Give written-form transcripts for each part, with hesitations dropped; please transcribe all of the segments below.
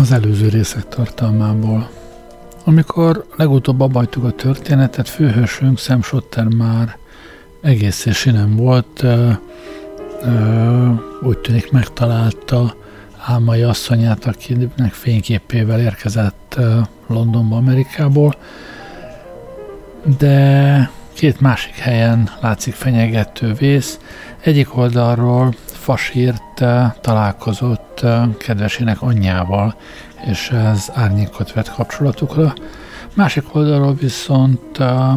az előző részek tartalmából. Amikor legutóbb abbajtuk a történetet, főhősünk Sam Schotter már egész sinem volt, úgy tűnik megtalálta álmai asszonyát, akinek fényképével érkezett Londonba, Amerikából, de két másik helyen látszik fenyegető vész. Egyik oldalról Fasírt találkozott kedvesének anyjával, és ez árnyékot vett kapcsolatukra. Másik oldalról viszont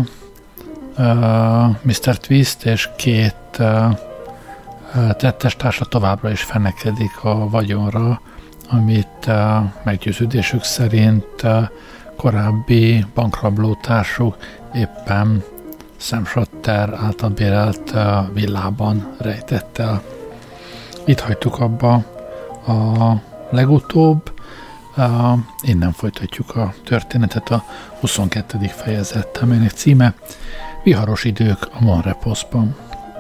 Mr. Twist és két tettestársa továbbra is fenekedik a vagyonra, amit meggyőződésük szerint korábbi bankrabló társuk éppen Sam Schotter által bérelt villában rejtett el. Itt hagytuk abba a legutóbb, innen folytatjuk a történetet a 22. fejezet, amelynek címe Viharos idők a Monreposban.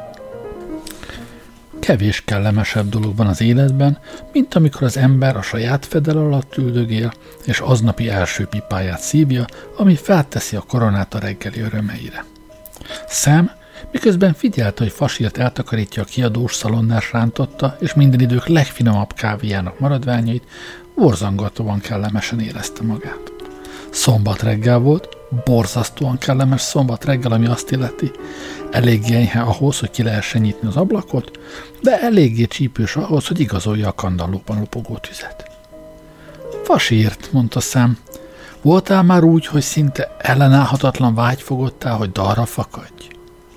Kevés kellemesebb dolog van az életben, mint amikor az ember a saját fedel alatt üldögél, és aznapi első pipáját szívja, ami felteszi a koronát a reggeli örömeire. Sam, miközben figyelte, hogy Fasírt eltakarítja a kiadós szalonnás rántotta, és minden idők legfinomabb kávéjának maradványait, borzangatóan kellemesen érezte magát. Szombat reggel volt, borzasztóan kellemes szombat reggel, ami azt illeti, eléggé enyhe ahhoz, hogy ki lehessen nyitni az ablakot, de eléggé csípős ahhoz, hogy igazolja a kandallóban lopogó tüzet. Fasírt, mondta Sam, voltál már úgy, hogy szinte ellenállhatatlan vágy fogottál, hogy dalra fakadj?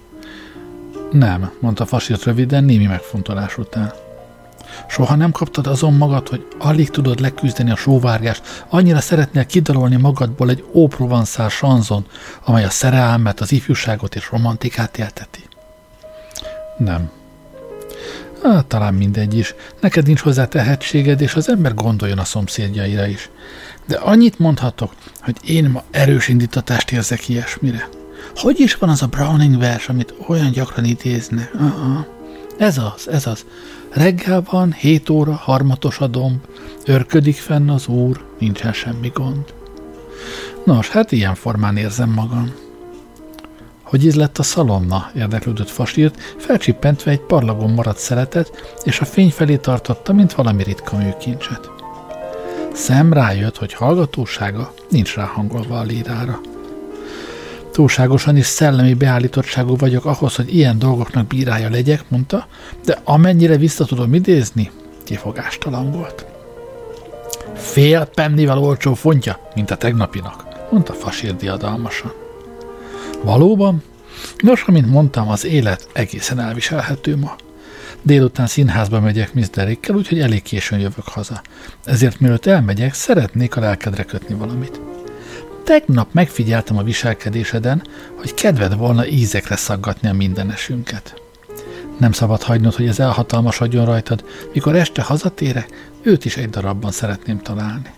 Nem, mondta Fasírt röviden, némi megfontolás után. Soha nem kaptad azon magad, hogy alig tudod leküzdeni a sóvárgást, annyira szeretnél kidalolni magadból egy Ó Provençal sanzon, amely a szerelmet, az ifjúságot és romantikát élteti? Nem. Talán mindegy is. Neked nincs hozzá tehetséged, és az ember gondoljon a szomszédjaira is. De annyit mondhatok, hogy én ma erős indítatást érzek ilyesmire. Hogy is van az a Browning vers, amit olyan gyakran idézne? Ez az. Reggel van, 7 óra, harmatos a domb, örködik fenn az Úr, nincsen semmi gond. Nos, hát ilyen formán érzem magam. Hogy ízlett a szalonna, érdeklődött Fasírt, felcsippentve egy parlagon maradt szeletet, és a fény felé tartotta, mint valami ritka műkincset. Sam rájött, hogy hallgatósága nincs ráhangolva a lírára. Túlságosan is szellemi beállítottságú vagyok ahhoz, hogy ilyen dolgoknak bírája legyek, mondta, de amennyire vissza tudom idézni, kifogástalan volt. Fél pennivel olcsó fontja, mint a tegnapinak, mondta Fasír diadalmasan. Valóban? Nos, amint mondtam, az élet egészen elviselhető ma. Délután színházba megyek Miss Derrickkel, úgyhogy elég későn jövök haza. Ezért mielőtt elmegyek, szeretnék a lelkedre kötni valamit. Tegnap megfigyeltem a viselkedéseden, hogy kedved volna ízekre szaggatni a mindenesünket. Nem szabad hagynod, hogy ez elhatalmasodjon rajtad, mikor este hazatérek, őt is egy darabban szeretném találni.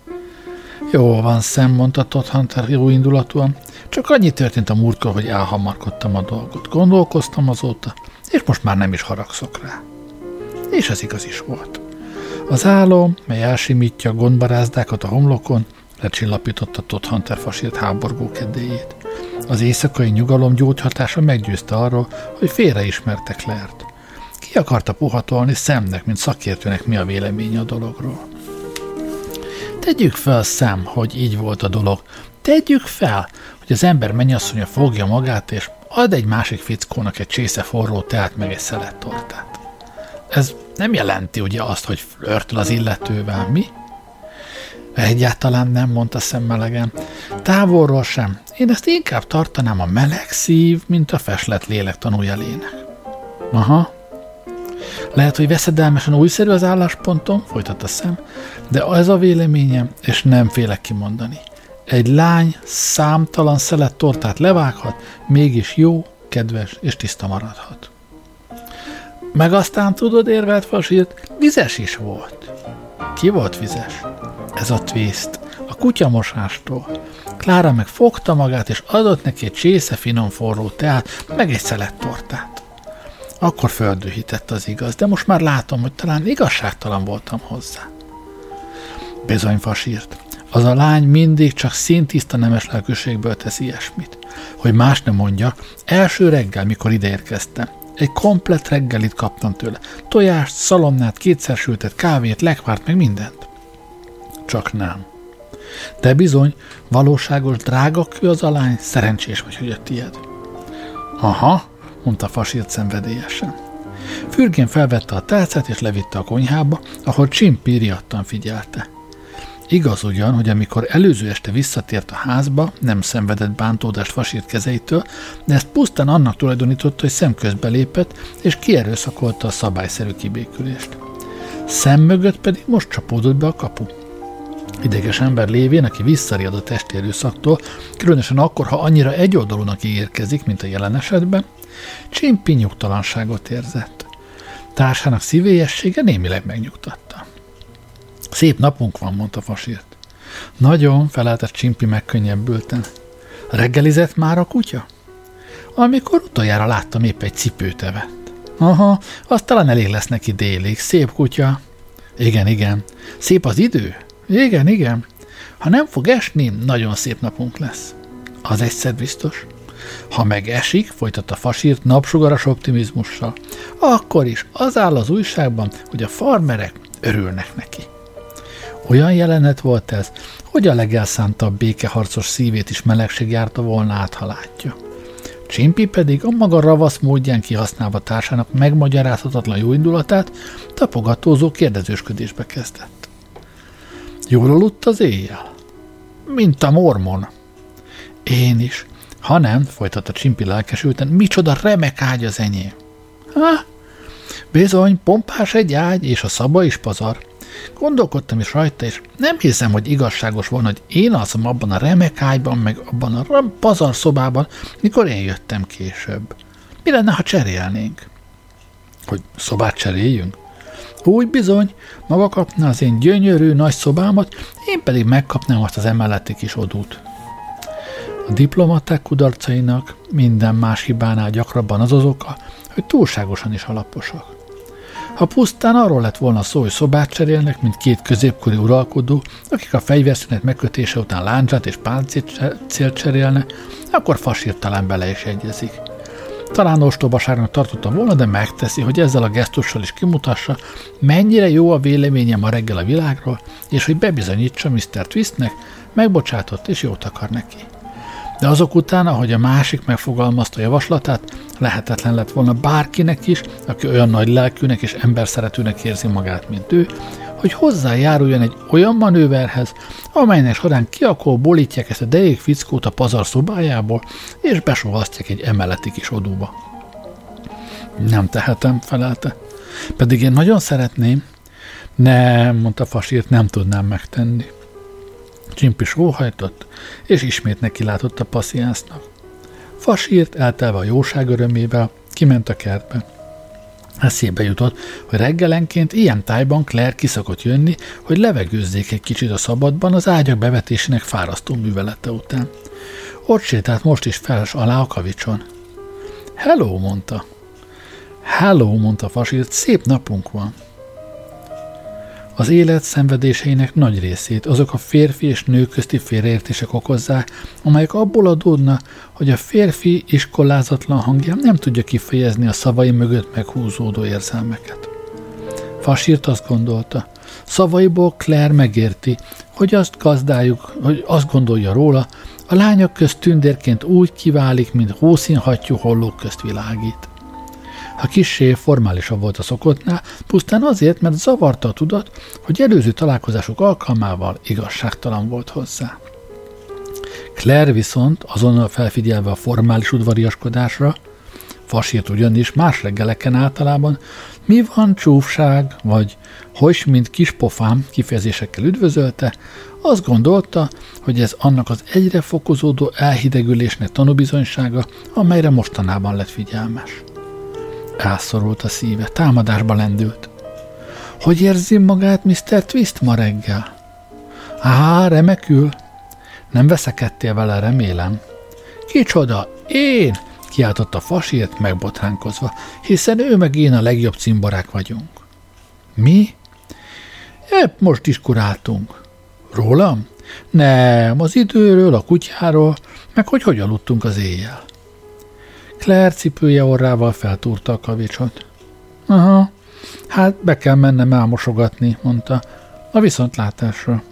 Jó van, Sam, mondta Todd Hunter jóindulatúan, csak annyi történt a múltkor, hogy elhamarkodtam a dolgot. Gondolkoztam azóta, és most már nem is haragszok rá. És ez igaz is volt. Az álom, mely elsimítja a gondbarázdákat a homlokon, lecsillapította Todd Hunter Fasírt háborgó kedélyét. Az éjszakai nyugalom gyógyhatása meggyőzte arról, hogy félreismerte Claire-t. Ki akarta puhatolni Samnek, mint szakértőnek mi a véleménye a dologról. Tegyük fel, Sam, hogy így volt a dolog. Tegyük fel, hogy az ember mennyasszonya fogja magát, és ad egy másik fickónak egy csésze forró teát meg egy szelet tortát. Ez nem jelenti ugye azt, hogy flörtöl az illetővel, mi? Egyáltalán nem, mondta Sam melegen. Távolról sem. Én ezt inkább tartanám a meleg szív, mint a feslet lélektanú jelének. Aha. Lehet, hogy veszedelmesen újszerű az álláspontom, folytatta Sam, de ez a véleményem, és nem félek kimondani. Egy lány számtalan szelet tortát levághat, mégis jó, kedves és tiszta maradhat. Meg aztán tudod, érvelt Fasírt, vizes is volt. Ki volt vizes? Ez a Twist, a kutyamosástól. Klára meg fogta magát, és adott neki egy csésze finom forró teát, meg egy szelet tortát. Akkor földühített az igaz, de most már látom, hogy talán igazságtalan voltam hozzá. Bizony, Fasírt. Az a lány mindig csak színtiszta nemes lelkűségből tesz ilyesmit. Hogy más nem mondja, első reggel, mikor ideérkeztem, egy komplett reggelit kaptam tőle. Tojást, szalonnát, kétszer sültett kávét, lekvárt, meg mindent. Csak nem. De bizony, valóságos drágakő az a lány, szerencsés vagy, hogy a tied. Aha, mondta Fasírt szenvedélyesen. Fürgén felvette a tálcát és levitte a konyhába, ahol Csimpi riadtan figyelte. Igaz ugyan, hogy amikor előző este visszatért a házba, nem szenvedett bántódást Fasírt kezeitől, de ezt pusztán annak tulajdonította, hogy szemközbe lépett, és kierőszakolta a szabályszerű kibékülést. Szem mögött pedig most csapódott be a kapu. Ideges ember lévén, aki visszariad a testi erőszaktól, különösen akkor, ha annyira egyoldalúnak ígérkezik, mint a jelen esetben, Csimpi nyugtalanságot érzett. Társának szívélyessége némileg megnyugtatta. Szép napunk van, mondta Fasírt. Nagyon, feleltett Csimpi megkönnyebbülten. Reggelizett már a kutya? Amikor utoljára láttam, épp egy cipőt evett. Aha, az talán elég lesz neki délig. Szép kutya. Igen, igen. Szép az idő? Igen, igen. Ha nem fog esni, nagyon szép napunk lesz. Az egyszer biztos. Ha meg esik, folytatta Fasírt napsugaras optimizmussal, akkor is az áll az újságban, hogy a farmerek örülnek neki. Olyan jelenet volt ez, hogy a legelszántabb békeharcos szívét is melegség járta volna át, ha látja. Csimpi pedig a maga ravasz módján kihasználva társának megmagyarázhatatlan jóindulatát, tapogatózó kérdezősködésbe kezdett. Jól aludt az éjjel? Mint a mormon. Én is. Ha nem, folytatta Csimpi lelkesülten, micsoda remek ágy az enyém. Bizony, pompás egy ágy, és a szaba is pazar. Gondolkodtam is rajta, és nem hiszem, hogy igazságos volna, hogy én alszom abban a remek ágyban, meg abban a pazar szobában, mikor én jöttem később. Mi lenne, ha cserélnénk? Hogy szobát cseréljünk? Úgy bizony, maga kapná az én gyönyörű nagy szobámat, én pedig megkapnám azt az emeleti kis odút. A diplomaták kudarcainak minden más hibánál gyakrabban az oka, hogy túlságosan is alaposak. Ha pusztán arról lett volna szó, hogy szobát cserélnek, mint két középkori uralkodó, akik a fegyverszünet megkötése után lándzsát és páncélt cserélne, akkor Fasírt talán bele is egyezik. Talán ostobaságnak tartotta volna, de megteszi, hogy ezzel a gesztussal is kimutassa, mennyire jó a véleménye ma reggel a világról, és hogy bebizonyítsa Mr. Twistnek, megbocsátott és jót akar neki. De azok után, ahogy a másik megfogalmazta a javaslatát, lehetetlen lett volna bárkinek is, aki olyan nagy lelkűnek és emberszeretőnek érzi magát, mint ő, hogy hozzájáruljon egy olyan manőverhez, amelynek során bolítják ezt a derék fickót a pazar szobájából, és besovasztják egy emeleti kis odúba. Nem tehetem, felelte. Pedig én nagyon szeretném. Nem, mondta Fasírt, nem tudnám megtenni. Csimpi sóhajtott, és ismét nekilátott a passziánsznak. Fasírt eltelve a jóság örömével kiment a kertbe. Eszébe jutott, hogy reggelenként ilyen tájban Claire kiszokott jönni, hogy levegőzzék egy kicsit a szabadban az ágyak bevetésének fárasztó művelete után. Ott sétált most is fel alá a kavicson. Hello, mondta. Hello, mondta Fasírt, szép napunk van. Az élet szenvedéseinek nagy részét azok a férfi és nő közti félreértések okozzák, amelyek abból adódna, hogy a férfi iskolázatlan hangján nem tudja kifejezni a szavai mögött meghúzódó érzelmeket. Fasírt azt gondolta, szavaiból Claire megérti, hogy azt gondolja róla, a lányok közt tündérként úgy kiválik, mint hószínhattyú hollók közt világít. Ha kissé formálisabb volt a szokottnál, pusztán azért, mert zavarta a tudat, hogy előző találkozások alkalmával igazságtalan volt hozzá. Claire viszont azonnal felfigyelve a formális udvariaskodásra, Fasírt ugyanis más reggeleken általában mi van csúfság, vagy hogy mint kis pofám kifejezésekkel üdvözölte, azt gondolta, hogy ez annak az egyre fokozódó elhidegülésnek tanúbizonysága, amelyre mostanában lett figyelmes. Elszorult a szíve, támadásba lendült. Hogy érzi magát Mr. Twist ma reggel? Remekül. Nem veszekedtél vele, remélem. Kicsoda? Én? Kiáltotta Fasírt megbotránkozva, hiszen ő meg én a legjobb cimborák vagyunk. Mi? Épp most diskuráltunk. Rólam? Nem, az időről, a kutyáról, meg hogy aludtunk az éjjel. Claire cipője orrával feltúrta a kavicsot. Aha, hát be kell mennem elmosogatni, mondta, a viszontlátásra.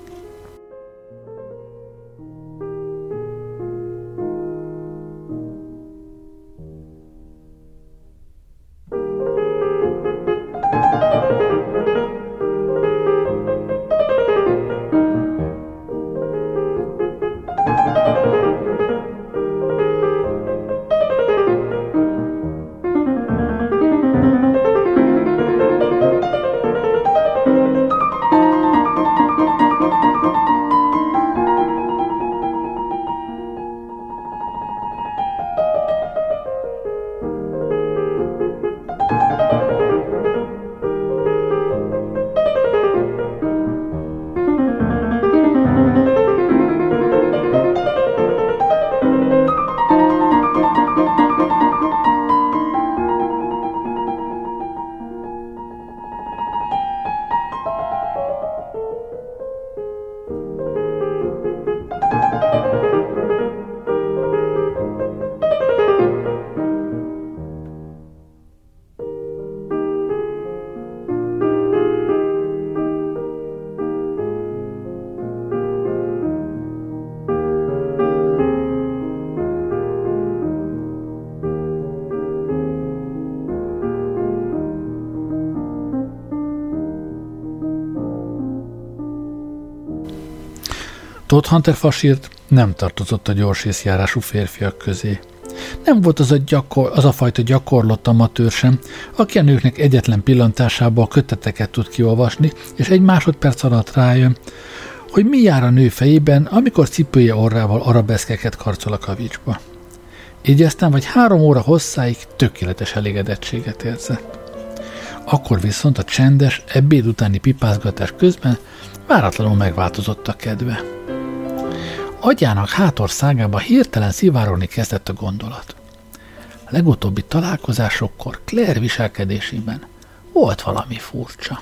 Todd Hunter fasírt nem tartozott a gyorsészjárású férfiak közé. Nem volt az a fajta gyakorlott amatőr sem, aki a nőknek egyetlen pillantásából köteteket tud kiolvasni, és egy másodperc alatt rájön, hogy mi jár a nő fejében, amikor cipője orrával arabeszkeket karcol a kavicsba. Így aztán vagy 3 óra hosszáig tökéletes elégedettséget érzett. Akkor viszont a csendes, ebéd utáni pipázgatás közben váratlanul megváltozott a kedve. Agyának hátországába hirtelen szivárogni kezdett a gondolat. A legutóbbi találkozásokkor Claire viselkedésében volt valami furcsa.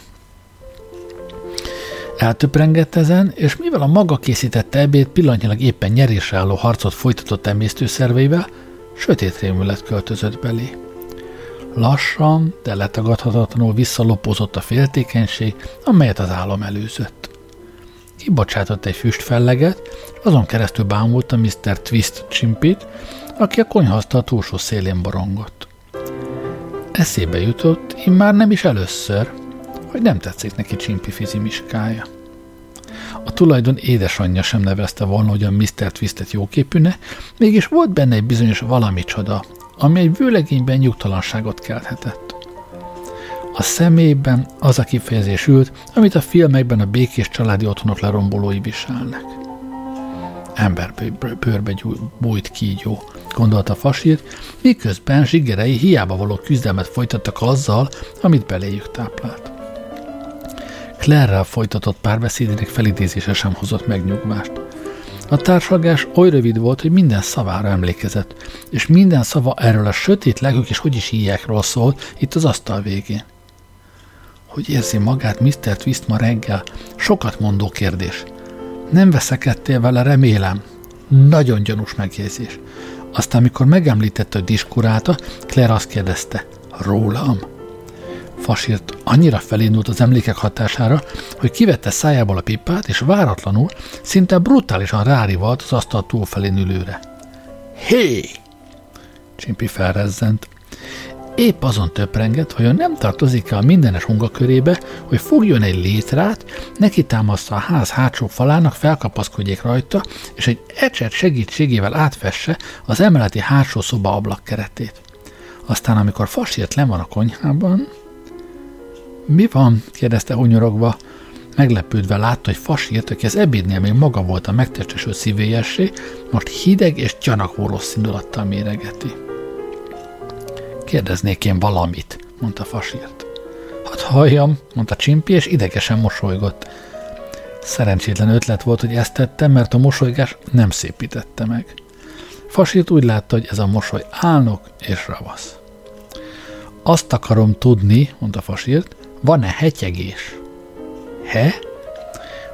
Eltöprengett ezen, és mivel a maga készítette ebéd pillanatnyilag éppen nyerésre álló harcot folytatott emésztőszerveivel, sötét rémület költözött belé. Lassan, de letagadhatatlanul visszalopózott a féltékenység, amelyet az álom előzött. Kibocsátott egy füstfelleget, és azon keresztül bámulta Mr. Twist csimpit, aki a konyhaasztal túlsó szélén borongott. Eszébe jutott, immár nem is először, hogy nem tetszik neki Csimpi fizimiskája. A tulajdon édesanyja sem nevezte volna, hogy a Mr. Twistet jóképűne, mégis volt benne egy bizonyos valami csoda, ami egy vőlegényben nyugtalanságot kelthetett. A szemében az a kifejezés ült, amit a filmekben a békés családi otthonok lerombolói viselnek. Emberbőrbe bújt kígyó, gondolta Fasírt, miközben zsigerei hiába való küzdelmet folytattak azzal, amit beléjük táplált. Claire-rel folytatott párbeszédének felidézése sem hozott megnyugvást. A társalgás oly rövid volt, hogy minden szavára emlékezett, és minden szava erről a sötét legők és hogy is híjákról szólt itt az asztal végén. Hogy érzi magát Mr. Twist ma reggel? Sokat mondó kérdés. Nem veszekedtél vele, remélem? Nagyon gyanús megjegyzés. Aztán, mikor megemlítette, hogy diskurálta, Claire azt kérdezte, rólam? Fasírt annyira felindult az emlékek hatására, hogy kivette szájából a pipát, és váratlanul, szinte brutálisan rárivalt az asztal túlfelén ülőre. Hé! Csimpi felrezzent. Épp azon töprengett, hogy nem tartozik-e a mindenes hungakörébe, hogy fogjon egy létrát, neki támasztva a ház hátsó falának, felkapaszkodjék rajta, és egy ecset segítségével átfesse az emeleti hátsó szoba ablakkeretét. Aztán, amikor Fasírt len van a konyhában... Mi van? Kérdezte hunyorogva. Meglepődve látta, hogy Fasírt, aki az ebédnél még maga volt a megtestesült szívélyessé, most hideg és gyanakvó rossz indulattal méregeti. Kérdeznék én valamit, mondta Fasírt. Hát halljam, mondta Csimpi, és idegesen mosolygott. Szerencsétlen ötlet volt, hogy ezt tettem, mert a mosolygás nem szépítette meg. Fasírt úgy látta, hogy ez a mosoly álnok és ravasz. Azt akarom tudni, mondta Fasírt, van-e hetyegés? He?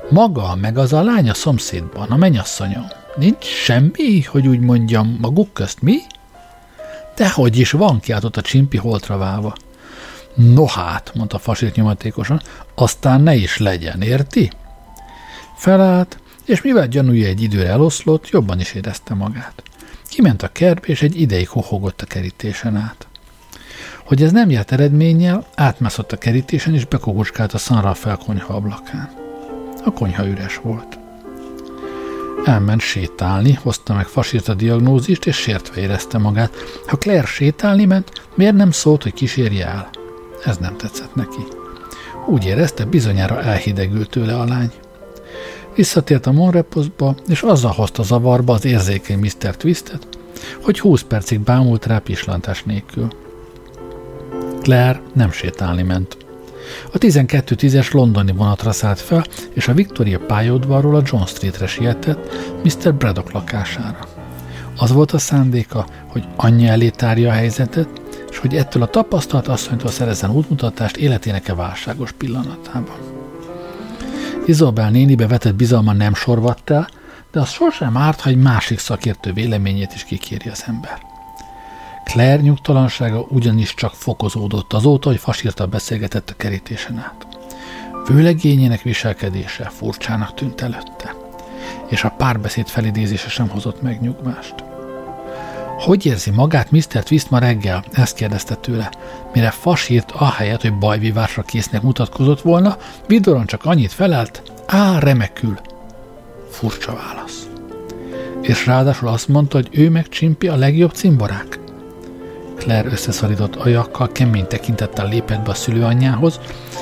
Maga, meg az a lány a szomszédban, a mennyasszonyom. Nincs semmi, hogy úgy mondjam, maguk közt, mi? Dehogy is van, kiáltott a csimpi holtra válva. No hát, mondta Fasirt nyomatékosan, aztán ne is legyen, érti? Felállt, és mivel gyanúja egy időre eloszlott, jobban is érezte magát. Kiment a kertbe, és egy ideig hohogott a kerítésen át. Hogy ez nem járt eredménnyel, átmászott a kerítésen, és bekogucskált a San Rafael konyha ablakán. A konyha üres volt. Elment sétálni, hozta meg Fasirt a diagnózist, és sértve érezte magát. Ha Claire sétálni ment, miért nem szólt, hogy kísérje el? Ez nem tetszett neki. Úgy érezte, bizonyára elhidegült tőle a lány. Visszatért a Monreposba, és azzal hozta zavarba az érzékeny Mr. Twistet, hogy 20 percig bámult rá pislantás nélkül. Claire nem sétálni ment. A 12:10-es londoni vonatra szállt fel, és a Victoria pályaudvarról a John Streetre sietett, Mr. Braddock lakására. Az volt a szándéka, hogy anyja elé tárja a helyzetet, és hogy ettől a tapasztalt asszonytól szerezzen útmutatást életének válságos pillanatában. Isabel nénibe vetett bizalma nem sorvadt el, de az sosem árt, ha egy másik szakértő véleményét is kikéri az ember. Claire nyugtalansága ugyanis csak fokozódott azóta, hogy Fasirttal beszélgetett a kerítésen át. Vőlegényének viselkedése furcsának tűnt előtte, és a párbeszéd felidézése sem hozott meg nyugvást. Hogy érzi magát Mr. Twist ma reggel? Ezt kérdezte tőle, mire Fasirt ahelyett, hogy bajvívásra késznek mutatkozott volna, vidoron csak annyit felelt, remekül. Furcsa válasz. És ráadásul azt mondta, hogy ő meg Csimpi a legjobb cimborák. Claire összeszorított ajakkal, kemény tekintettel lépett be a szülőanyjához,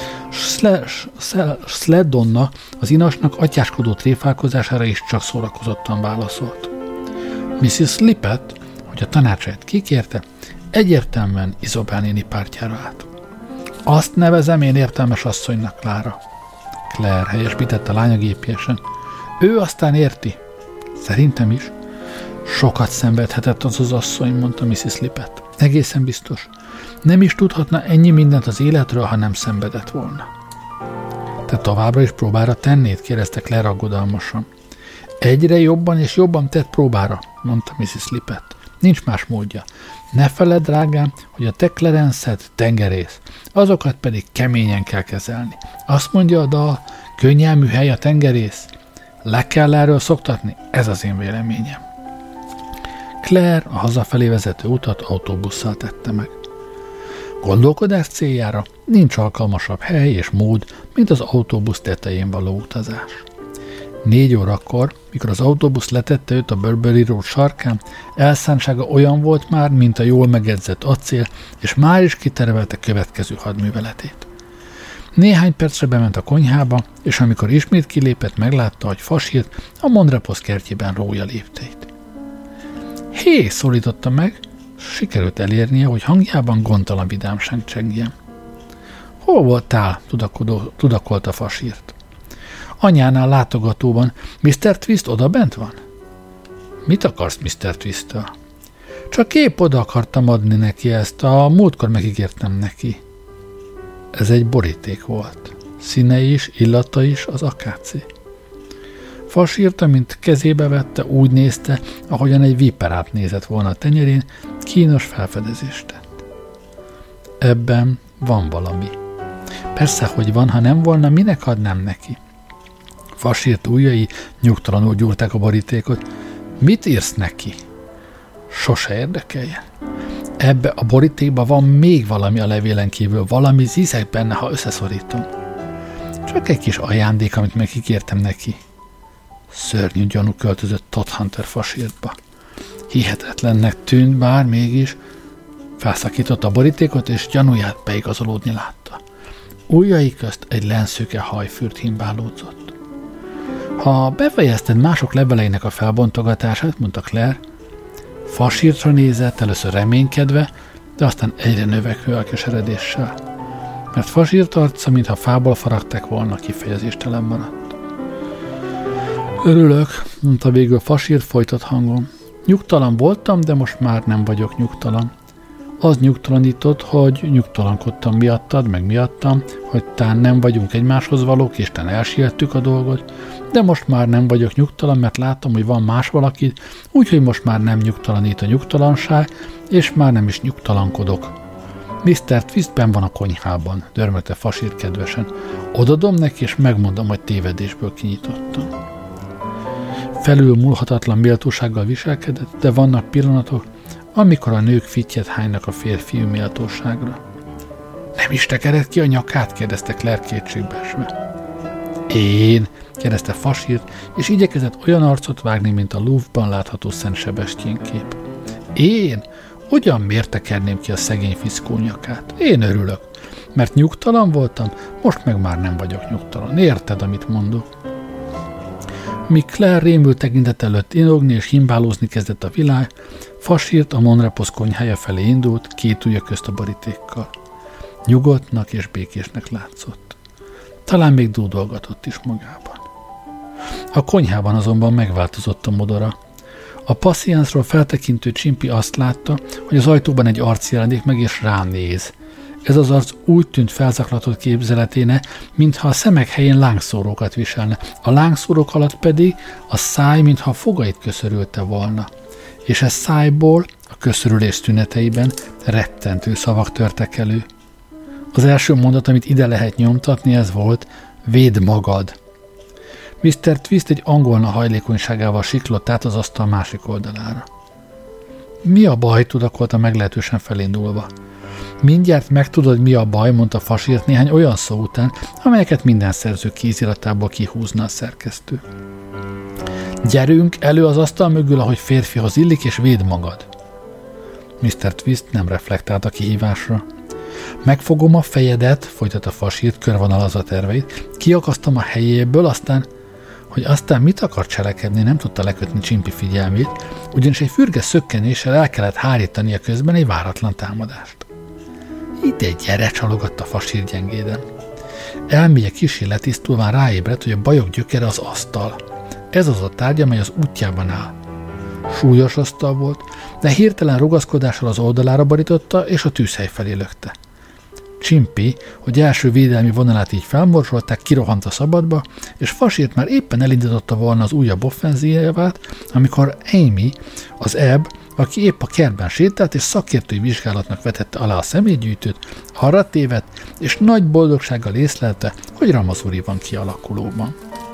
Sledonna az inasnak atyáskodó tréfálkozására is csak szórakozottan válaszolt. Mrs. Lippet, hogy a tanácsát kikérte, egyértelműen Isabel néni pártjára állt. Azt nevezem én értelmes asszonynak, Clara. Claire helyesbített a lánya gépiesen. Ő aztán érti. Szerintem is. Sokat szenvedhetett az asszony, mondta Mrs. Lippet. Egészen biztos. Nem is tudhatna ennyi mindent az életről, ha nem szenvedett volna. Te továbbra is próbára tennéd? Kérdezte Claire aggodalmasan. Egyre jobban és jobban tett próbára, mondta Mrs. Lippet. Nincs más módja. Ne feledd, drágám, hogy a te Clarence-ed tengerész, azokat pedig keményen kell kezelni. Azt mondja a dal, könnyelmű hely a tengerész. Le kell erről szoktatni? Ez az én véleményem. Claire a hazafelé vezető utat autóbusszal tette meg. Gondolkodás céljára nincs alkalmasabb hely és mód, mint az autóbusz tetején való utazás. 4 órakor, mikor az autóbusz letette őt a Burberry Road sarkán, elszántsága olyan volt már, mint a jól megedzett acél, és már is kitervelte következő hadműveletét. Néhány percre bement a konyhába, és amikor ismét kilépett, meglátta, hogy Fasirt a Monrepos kertjében rója lépteit. Hé, szólította meg, sikerült elérnie, hogy hangjában gondtalan vidámság csengjen. Hol voltál? Tudakolta Fasirt. Anyánál látogatóban. Mr. Twist odabent van? Mit akarsz Mr. Twist-től? Csak épp oda akartam adni neki ezt, a múltkor megígértem neki. Ez egy boríték volt. Színe is, illata is az akácé. Fasírta, mint kezébe vette, úgy nézte, ahogyan egy viperát nézett volna a tenyerén, kínos felfedezést tett. Ebben van valami. Persze, hogy van, ha nem volna, minek adnám neki? Fasírt ujjai nyugtalanul gyúrták a borítékot. Mit írsz neki? Sose érdekelje. Ebbe a borítékban van még valami a levélen kívül, valami zizek benne, ha összeszorítom. Csak egy kis ajándék, amit megígértem neki. Szörnyű gyanú költözött Todd Hunter Fasírtba. Hihetetlennek tűnt, bár mégis felszakította a borítékot, és gyanúját beigazolódni látta. Ujjai közt egy lenszőke hajfürt himbálódzott. Ha befejezted mások leveleinek a felbontogatását, mondta Claire, Fasírtra nézett, először reménykedve, de aztán egyre növekvő elkeseredéssel, mert Fasírt arca, mintha fából faragták volna, kifejezéstelen maradt. Örülök, mondta végül Fasírt folytott hangon. Nyugtalan voltam, de most már nem vagyok nyugtalan. Az nyugtalanított, hogy nyugtalankodtam miattad, meg miattam, hogy tán nem vagyunk egymáshoz valók, és tán elsiettük a dolgot, de most már nem vagyok nyugtalan, mert látom, hogy van más valaki, úgyhogy most már nem nyugtalanít a nyugtalanság, és már nem is nyugtalankodok. Mr. Twistben van a konyhában, dörmögte Fasír kedvesen. Odadom neki, és megmondom, hogy tévedésből kinyitottam. Felülmúlhatatlan méltósággal viselkedett, de vannak pillanatok, amikor a nők fittyet hánynak a férfiú méltóságra. Nem is tekered ki a nyakát? Kérdezte Claire kétségbeesve. Én? Kérdezte Fasírt, és igyekezett olyan arcot vágni, mint a Louvre-ban látható Szent Sebestyén kép. Én? Hogyan miért tekerném ki a szegény fiszkó nyakát? Én örülök, mert nyugtalan voltam, most meg már nem vagyok nyugtalan. Érted, amit mondok? Míg Claire rémült tekintet előtt inogni és himbálózni kezdett a világ, Fasírt a Monreposz konyhája felé indult, két ujja közt a borítékkal. Nyugodtnak és békésnek látszott. Talán még dúdolgatott is magában. A konyhában azonban megváltozott a modora. A passziánszról feltekintő Csimpi azt látta, hogy az ajtóban egy arc jelenik meg és rám néz. Ez az arc úgy tűnt felzaklatott képzeleténe, mintha a szemek helyén lángszórókat viselne, a lángszórók alatt pedig a száj, mintha a fogait köszörülte volna. És ez szájból, a köszörülés tüneteiben rettentő szavak törtek elő. Az első mondat, amit ide lehet nyomtatni, ez volt: védd magad. Mr. Twist egy angolna hajlékonyságával siklott át az asztal másik oldalára. Mi a baj? Tudakolta meglehetősen felindulva. Mindjárt megtudod, mi a baj, mondta Fasírt néhány olyan szó után, amelyeket minden szerző kéziratából kihúzna a szerkesztő. Gyerünk elő az asztal mögül, ahogy férfihoz illik, és védd magad. Mr. Twist nem reflektált a kihívásra. Megfogom a fejedet, folytatta Fasírt körvonalazva terveit, kiakasztom a helyéből, aztán mit akar cselekedni, nem tudta lekötni Csimpi figyelmét, ugyanis egy fürge szökkenéssel el kellett hárítania közben egy váratlan támadást. Ide gyere, csalogatta Fasír gyengéden. Elméje kissé letisztulván ráébredt, hogy a bajok gyökere az asztal. Ez az a tárgy, amely az útjában áll. Súlyos asztal volt, de hirtelen rugaszkodással az oldalára borította, és a tűzhely felé lökte. Csimpi, hogy első védelmi vonalát így felmorzsolták, kirohant a szabadba, és Fasírt már éppen elindította volna az újabb offenzívát, amikor Amy, az Ebb, aki épp a kertben sétált, és szakértői vizsgálatnak vetette alá a személygyűjtőt, arra tévedt, és nagy boldogsággal észlelte, hogy Ramazuri van kialakulóban.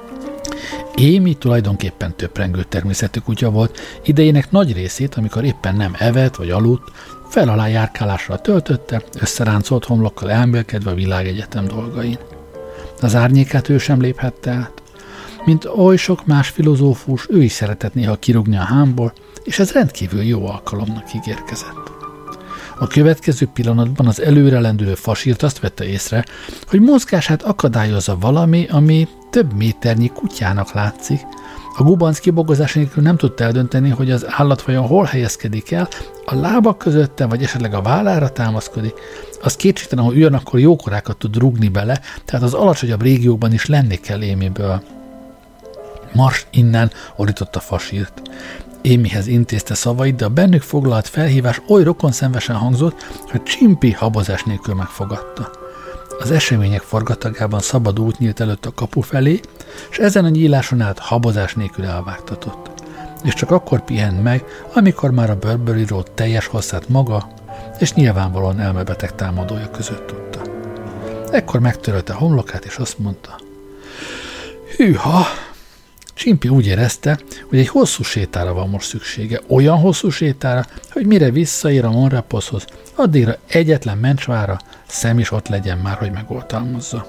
Amy tulajdonképpen töprengő természetű kutya volt, idejének nagy részét, amikor éppen nem evett vagy aludt, fel alá járkálásra töltötte, összeráncolt homlokkal elmélkedve a világegyetem dolgain. Az árnyékát ő sem léphette át. Mint oly sok más filozófus, ő is szeretett néha kirúgni a hámból, és ez rendkívül jó alkalomnak ígérkezett. A következő pillanatban az előre lendülő Fasírt azt vette észre, hogy mozgását akadályozza valami, ami több méternyi kutyának látszik. A gubanc kibogozás nélkül nem tudta eldönteni, hogy az állat vajon hol helyezkedik el, a lábak közötte, vagy esetleg a vállára támaszkodik. Az kétségtelen, hogy ugyanakkor jókorákat tud rúgni bele, tehát az alacsonyabb régiókban is lenni kell Amyből. Mars innen, ordította Fasírt. Amyhez intézte szavait, de a bennük foglalt felhívás oly rokonszenvesen hangzott, hogy Csimpi habozás nélkül megfogadta. Az események forgatagában szabad út nyílt előtt a kapu felé, és ezen a nyíláson át habozás nélkül elvágtatott. És csak akkor pihent meg, amikor már a Burberry Road teljes hosszát maga, és nyilvánvalóan elmebeteg támadója között tudta. Ekkor megtörölte homlokát, és azt mondta: hűha! Csimpi úgy érezte, hogy egy hosszú sétára van most szüksége, olyan hosszú sétára, hogy mire visszaér a Monreposzhoz, addigra egyetlen mencsvára, szem is ott legyen már, hogy megoltalmazza.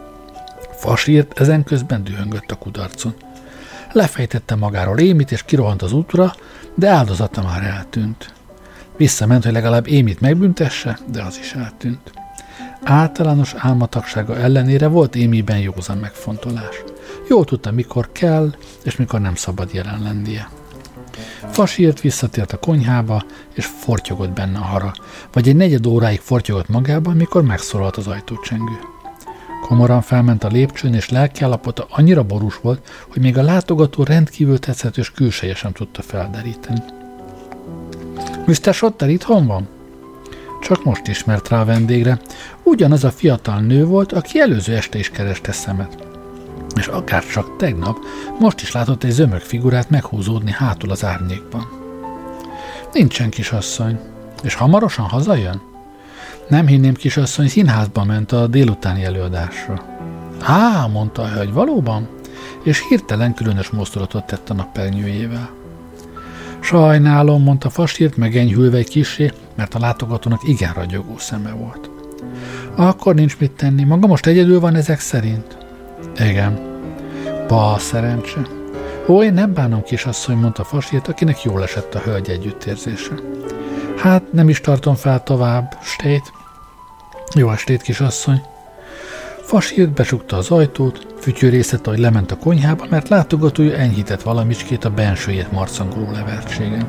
Fasírt ezen közben dühöngött a kudarcon. Lefejtette magáról Amyt, és kirohant az útra, de áldozata már eltűnt. Visszament, hogy legalább Amyt megbüntesse, de az is eltűnt. Általános álmatagsága ellenére volt Amyben józan megfontolás. Jól tudta, mikor kell, és mikor nem szabad jelen lennie. Fasírt visszatért a konyhába, és fortyogott benne a hara, vagy egy negyed óráig fortyogott magában, mikor megszólalt az ajtócsengő. Komoran felment a lépcsőn, és lelkiállapota annyira borús volt, hogy még a látogató rendkívül tetszetős külseje sem tudta felderíteni. Mr. Sotter itthon van? Csak most ismert rá a vendégre. Ugyanaz a fiatal nő volt, aki előző este is kereste szemet. És akár csak tegnap, most is látott egy zömök figurát meghúzódni hátul az árnyékban. Nincsen, kisasszony. És hamarosan hazajön? Nem hinném, kisasszony, színházba ment a délutáni előadásra. Á, mondta a hölgy, valóban? És hirtelen különös mozdulatot tett a napernyőjével. Sajnálom, mondta Fasírt, megenyhülve egy kissé, mert a látogatónak igen ragyogó szeme volt. Akkor nincs mit tenni, maga most egyedül van ezek szerint? Igen. Bal szerencse. Ó, én nem bánom, kisasszony, mondta Fasírt, akinek jól esett a hölgy együttérzése. Hát, nem is tartom fel tovább. Stét. Jó estét, kisasszony. Fasírt becsukta az ajtót, fütyörészett, ahogy lement a konyhába, mert látogatója enyhített valamicskét a bensőjét marcangoló levertségen.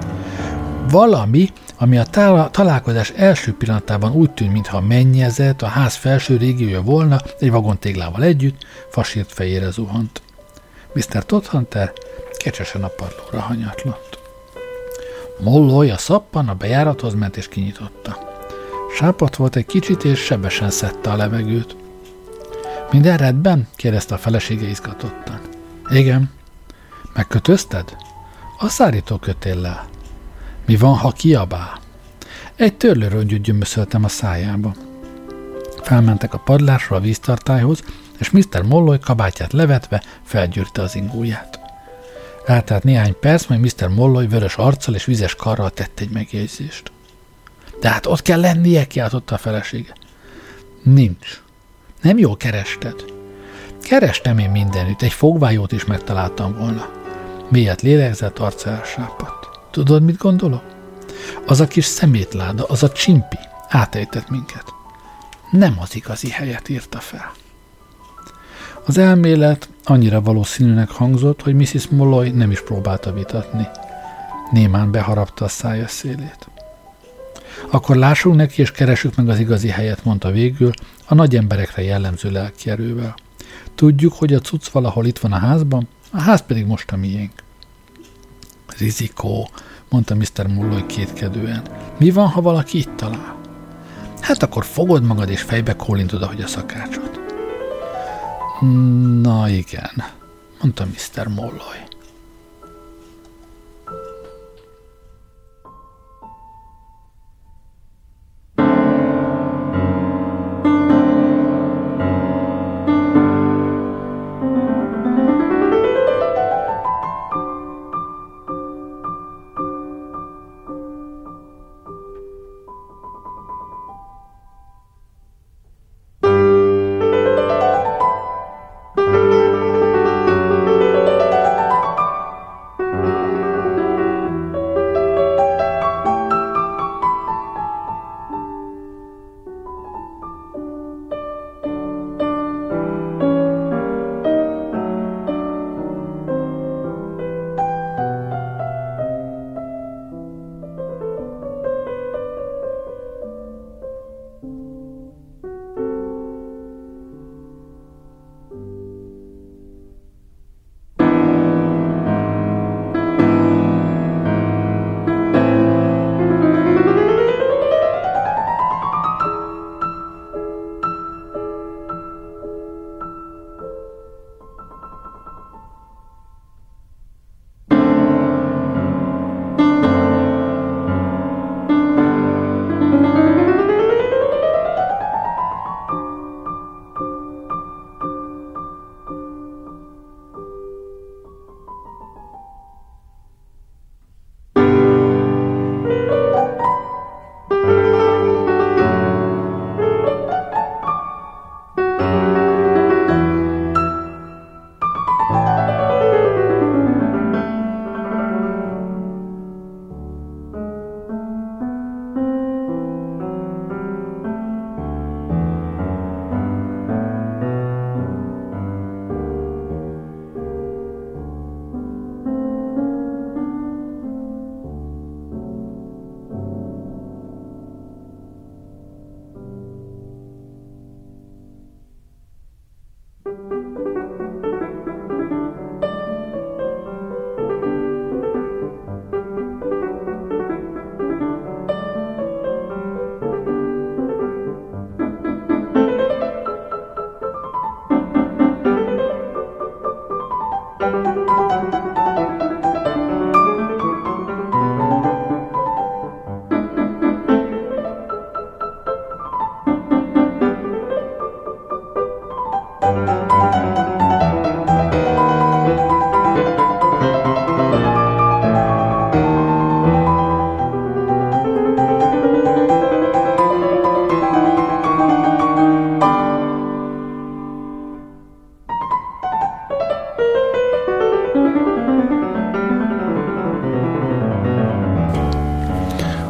Valami, ami a találkozás első pillanatában úgy tűnt, mintha mennyezett, a ház felső régiója volna, egy vagontéglával együtt, Fasírt fejére zuhant. Mr. Todhunter kecsesen a padlóra hanyatlott. Molloy a szappan a bejárathoz ment és kinyitotta. Sápadt volt egy kicsit, és sebesen szedte a levegőt. Minden rendben? Kérdezte a felesége izgatottan. Igen. Megkötözted? A szárítókötéllel. Mi van, ha kiabál? Egy törlőröngyöt gyömöszöltem a szájába. Felmentek a padlásra a víztartályhoz, és Mr. Molloy kabátját levetve felgyűrte az ingóját. Eltelt néhány perc, majd Mr. Molloy vörös arccal és vizes karral tett egy megjegyzést. De hát ott kell lennie, kiáltotta a felesége. Nincs. Nem jól kerested. Kerestem én mindenütt, egy fogvájót is megtaláltam volna. Mélyet lélegzett, arca elsápadt. Tudod, mit gondolok? Az a kis szemétláda, az a csimpi átejtett minket. Nem az igazi helyet írta fel. Az elmélet annyira valószínűnek hangzott, hogy Mrs. Molloy nem is próbálta vitatni. Némán beharapta a szája szélét. Akkor lássunk neki, és keressük meg az igazi helyet, mondta végül, a nagy emberekre jellemző lelkierővel. Tudjuk, hogy a cucc valahol itt van a házban, a ház pedig most a miénk. Rizikó, mondta Mr. Molloy kétkedően. Mi van, ha valaki itt talál? Hát akkor fogod magad, és fejbe kólintod, ahogy a szakácsot. Na igen, mondta Mr. Molloy.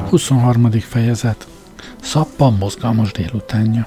23. fejezet. Szappan mozgalmas délutánja.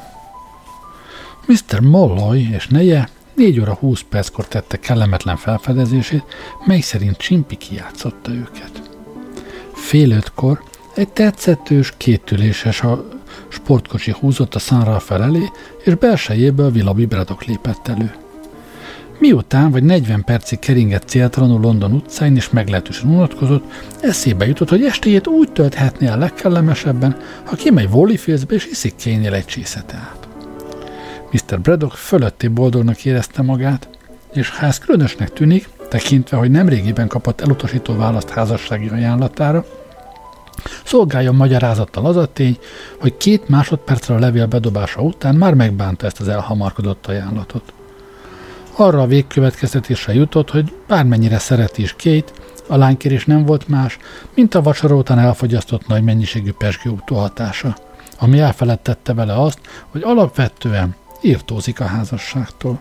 Mr. Molloy és neje 4 óra 20 perckor tette kellemetlen felfedezését, mely szerint Csimpi kijátszotta őket. Fél 5-kor egy tetszetős, kétüléses sportkocsi húzott a Sunral felé, és belsejéből Willoughby Braddock lépett elő. Miután vagy 40 percig keringett céltalanul London utcáin és meglehetősen unatkozott, eszébe jutott, hogy estéjét úgy tölthetné el legkellemesebben, ha kimegy Valleyfieldsbe és iszik Kane-nél egy csészeteát. Mr. Braddock fölötti boldognak érezte magát, és ha ez különösnek tűnik, tekintve, hogy nemrégiben kapott elutasító választ házassági ajánlatára, szolgáljon magyarázattal az a tény, hogy 2 másodpercre a levél bedobása után már megbánta ezt az elhamarkodott ajánlatot. Arra a végkövetkeztetésre jutott, hogy bármennyire szereti is Kate, a lánykérés nem volt más, mint a vacsora után elfogyasztott nagy mennyiségű pezsgőútó hatása, ami elfeledtette vele azt, hogy alapvetően írtózik a házasságtól.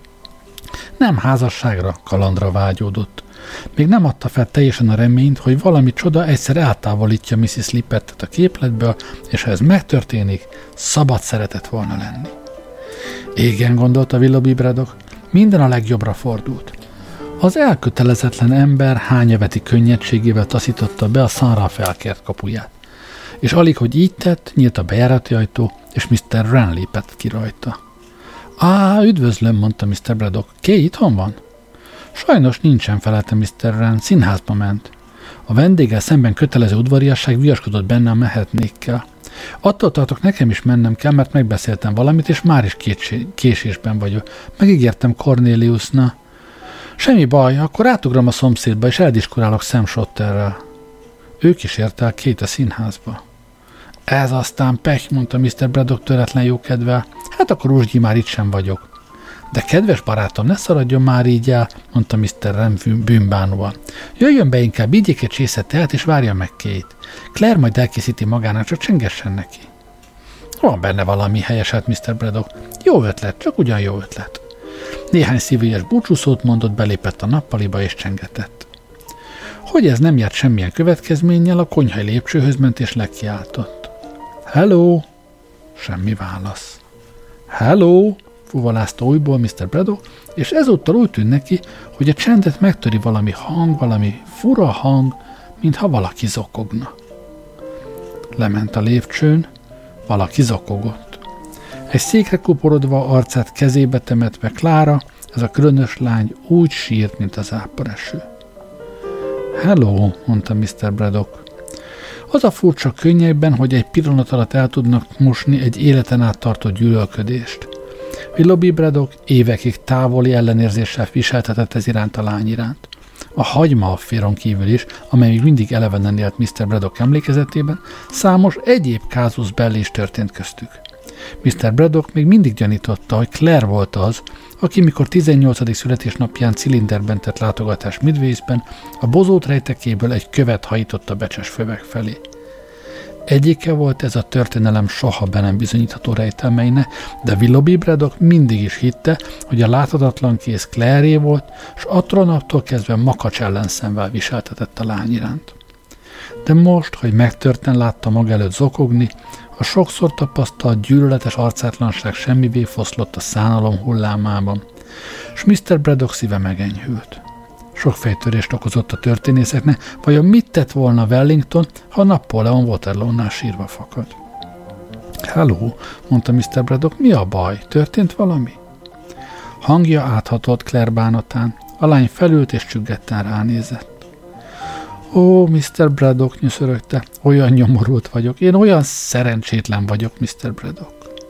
Nem házasságra, kalandra vágyódott. Még nem adta fel teljesen a reményt, hogy valami csoda egyszer eltávolítja Mrs. Lippettet a képletből, és ha ez megtörténik, szabad szeretett volna lenni. Igen, gondolta Willoughby Braddock, minden a legjobbra fordult. Az elkötelezetlen ember hányeveti könnyedségével taszította be a Sunral felkert kapuját, és alig, hogy így tett, nyílt a bejárati ajtó, és Mr. Wren lépett ki rajta. Üdvözlöm, mondta Mr. Braddock. Kay itthon van? Sajnos nincsen, felelte Mr. Wren, színházba ment. A vendéggel szemben kötelező udvariasság viaskodott benne a mehetnékkel. Attól tartok, nekem is mennem kell, mert megbeszéltem valamit, és már is késésben vagyok. Megígértem Corneliusna. Semmi baj, akkor átugram a szomszédba, és eldiskurálok Sam Shotterrel. Ő kísérte el Kate a színházba. Ez aztán pech, mondta Mr. Braddock töretlen jókedvel. Hát akkor úsgyi, már itt sem vagyok. De kedves barátom, ne szaradjon már így el, mondta Mr. Wren bűnbánóan. Jöjjön be inkább, ígyék egy csészet teát, és várja meg Kate. Claire majd elkészíti magának, csak csengessen neki. Van benne valami, helyeselt Mr. Braddock. Jó ötlet, csak ugyan jó ötlet. Néhány szívélyes búcsúszót mondott, belépett a nappaliba és csengetett. Hogy ez nem járt semmilyen következménnyel, a konyhai lépcsőhöz ment és lekiáltott. Hello! Semmi válasz. Hello! Fuvalázta újból Mr. Braddock, és ezúttal úgy tűnt neki, hogy a csendet megtöri valami hang, valami fura hang, mintha valaki zokogna. Lement a lépcsőn, valaki zokogott. Egy székre kuporodva, arcát kezébe temetve Klára, ez a különös lány úgy sírt, mint az áporeső. Hello, mondta Mr. Braddock. Az a furcsa könnyekben, hogy egy pillanat alatt el tudnak mosni egy életen át tartó gyűlölködést. Willoughby Braddock évekig távoli ellenérzéssel viseltetett ez iránt a lány iránt. A hagyma afféron kívül is, amely még mindig elevenen élt Mr. Braddock emlékezetében, számos egyéb casus belli is történt köztük. Mr. Braddock még mindig gyanította, hogy Claire volt az, aki mikor 18. születésnapján cilinderben tett látogatás Midwaysben, a bozót rejtekéből egy követ hajított a becses fövek felé. Egyike volt ez a történelem soha be nem bizonyítható rejtelmeinek, de Willoughby Braddock mindig is hitte, hogy a láthatatlan kéz Claire-é volt, és attól a naptól kezdve makacs ellenszemvel viseltetett a lány iránt. De most, hogy megtörten látta maga előtt zokogni, a sokszor tapasztalt gyűlöletes arcátlanság semmivé foszlott a szánalom hullámában, és Mr. Braddock szíve megenyhült. Sok fejtörést okozott a történészeknek, vajon mit tett volna Wellington, ha Napóleon Waterloo-nál sírva fakad? Hello, mondta Mr. Braddock, mi a baj? Történt valami? Hangja áthatolt Claire bánatán, a lány felült és csüggetten ránézett. Ó, Mr. Braddock, nyöszörögte, olyan nyomorult vagyok, én olyan szerencsétlen vagyok, Mr. Braddock.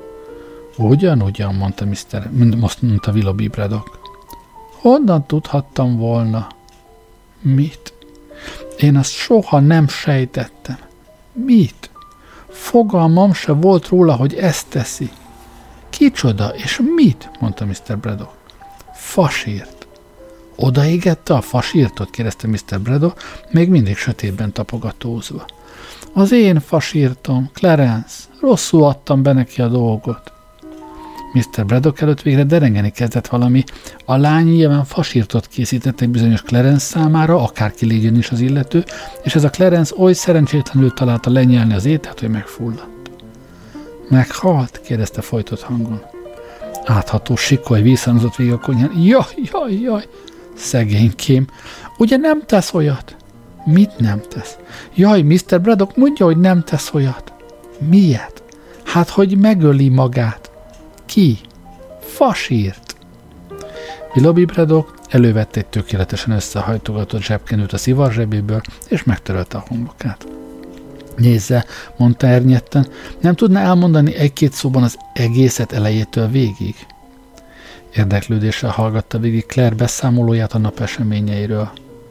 Ugyan, mondta Willoughby Braddock. Honnan tudhattam volna? Mit? Én azt soha nem sejtettem. Mit? Fogalmam se volt róla, hogy ezt teszi. Kicsoda, és mit? Mondta Mr. Braddock. Fasírt. Odaégette a fasírtot? Kérdezte Mr. Braddock, még mindig sötétben tapogatózva. Az én fasírtom, Clarence. Rosszul adtam be neki a dolgot. Mr. Braddock előtt végre derengeni kezdett valami. A lány nyilván fasírtot készített egy bizonyos Clarence számára, akárki légyen is az illető, és ez a Clarence oly szerencsétlenül találta lenyelni az ételt, hogy megfulladt. Meghalt? Kérdezte folytott hangon. Átható sikoly visszanozott végig a konyhán. Jaj, szegénykém, ugye nem tesz olyat? Mit nem tesz? Jaj, Mr. Braddock, mondja, hogy nem tesz olyat. Miért? Hát, hogy megöli magát. Ki? Fasírt. Willoughby Braddock elővette egy tökéletesen összehajtogatott zsebkenőt a szivar zsebéből, és megtörölte a homlokát. Nézze, mondta ernyetten, nem tudná elmondani egy-két szóban az egészet elejétől végig? Érdeklődéssel hallgatta végig Claire beszámolóját a nap eseményeiről.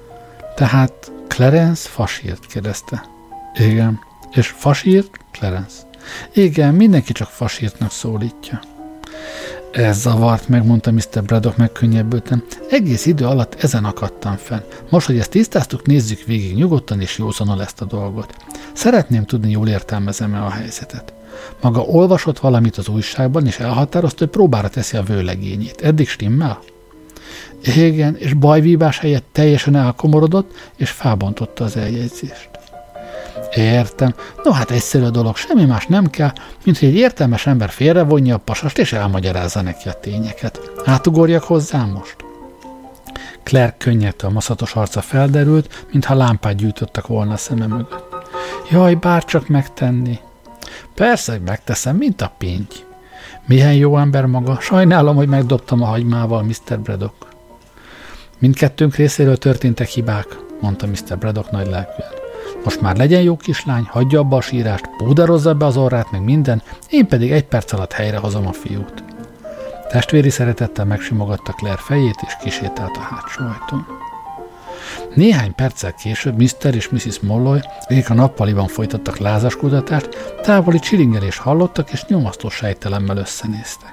Tehát Clarence fasírt? Kérdezte. Igen. És fasírt? Clarence. Igen, mindenki csak fasírtnak szólítja. Ez zavart meg, mondta Mr. Braddock megkönnyebbülten. Egész idő alatt ezen akadtam fenn. Most, hogy ezt tisztáztuk, nézzük végig nyugodtan és józanul ezt a dolgot. Szeretném tudni, jól értelmezem-e a helyzetet. Maga olvasott valamit az újságban, és elhatározta, hogy próbára teszi a vőlegényét. Eddig stimmel? Igen, és bajvívás helyett teljesen elkomorodott, és felbontotta az eljegyzést. Értem. No hát egyszerű a dolog, semmi más nem kell, mint hogy egy értelmes ember félrevonja a pasast, és elmagyarázza neki a tényeket. Átugorjak hozzá most? Claire könnyedtől maszatos arca felderült, mintha lámpát gyújtottak volna a szeme mögött. Jaj, bárcsak megtenni. Persze, hogy megteszem, mint a pinty. Milyen jó ember maga, sajnálom, hogy megdobtam a hagymával, Mr. Braddock. Mindkettőnk részéről történtek hibák, mondta Mr. Braddock nagy lelkűen. Most már legyen jó kislány, hagyja abba a sírást, púderozza be az orrát, meg minden, én pedig 1 perc alatt helyrehozom a fiút. Testvéri szeretettel megsimogatta Claire fejét, és kisétált a hátsó ajtón. Néhány perccel később Mr. és Mrs. Molloy, akik a nappaliban folytattak lázaskudatást, távoli csilingelést hallottak, és nyomasztó sejtelemmel összenéztek.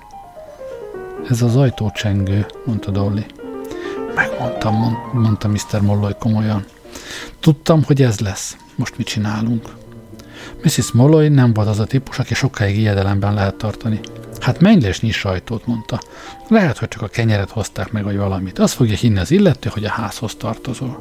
Ez az ajtócsengő, mondta Dolly. Megmondtam, mondta Mr. Molloy komolyan. Tudtam, hogy ez lesz. Most mit csinálunk? Mrs. Molloy nem volt az a típus, aki sokáig ijedelemben lehet tartani. Hát menj le és nyiss ajtót, mondta. Lehet, hogy csak a kenyeret hozták meg, vagy valamit. Azt fogja hinni az illető, hogy a házhoz tartozol.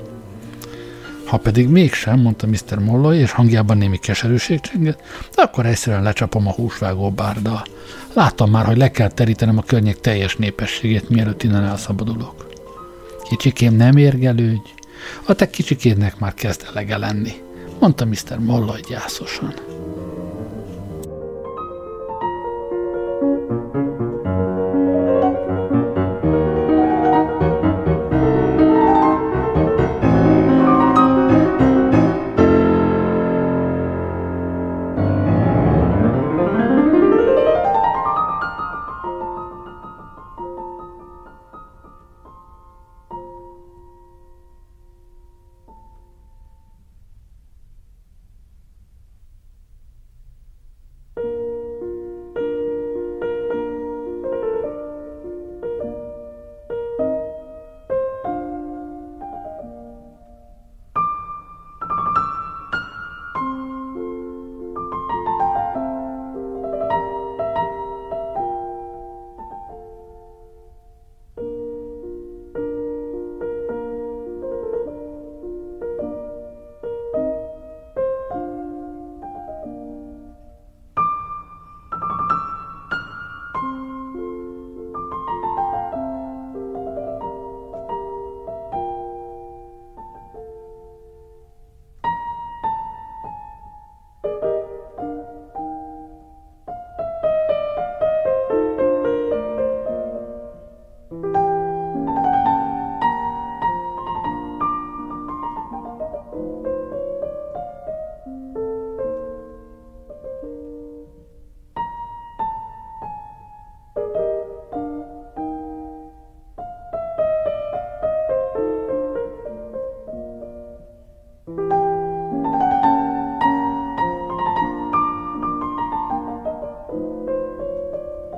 Ha pedig mégsem, mondta Mr. Molloy, és hangjában némi keserűség csengett, akkor egyszerűen lecsapom a húsvágó bárdal. Láttam már, hogy le kell terítenem a környék teljes népességét, mielőtt innen elszabadulok. Kicsikém, nem érgelődj. A te kicsikédnek már kezd elege lenni, mondta Mr. Molloy gyászosan.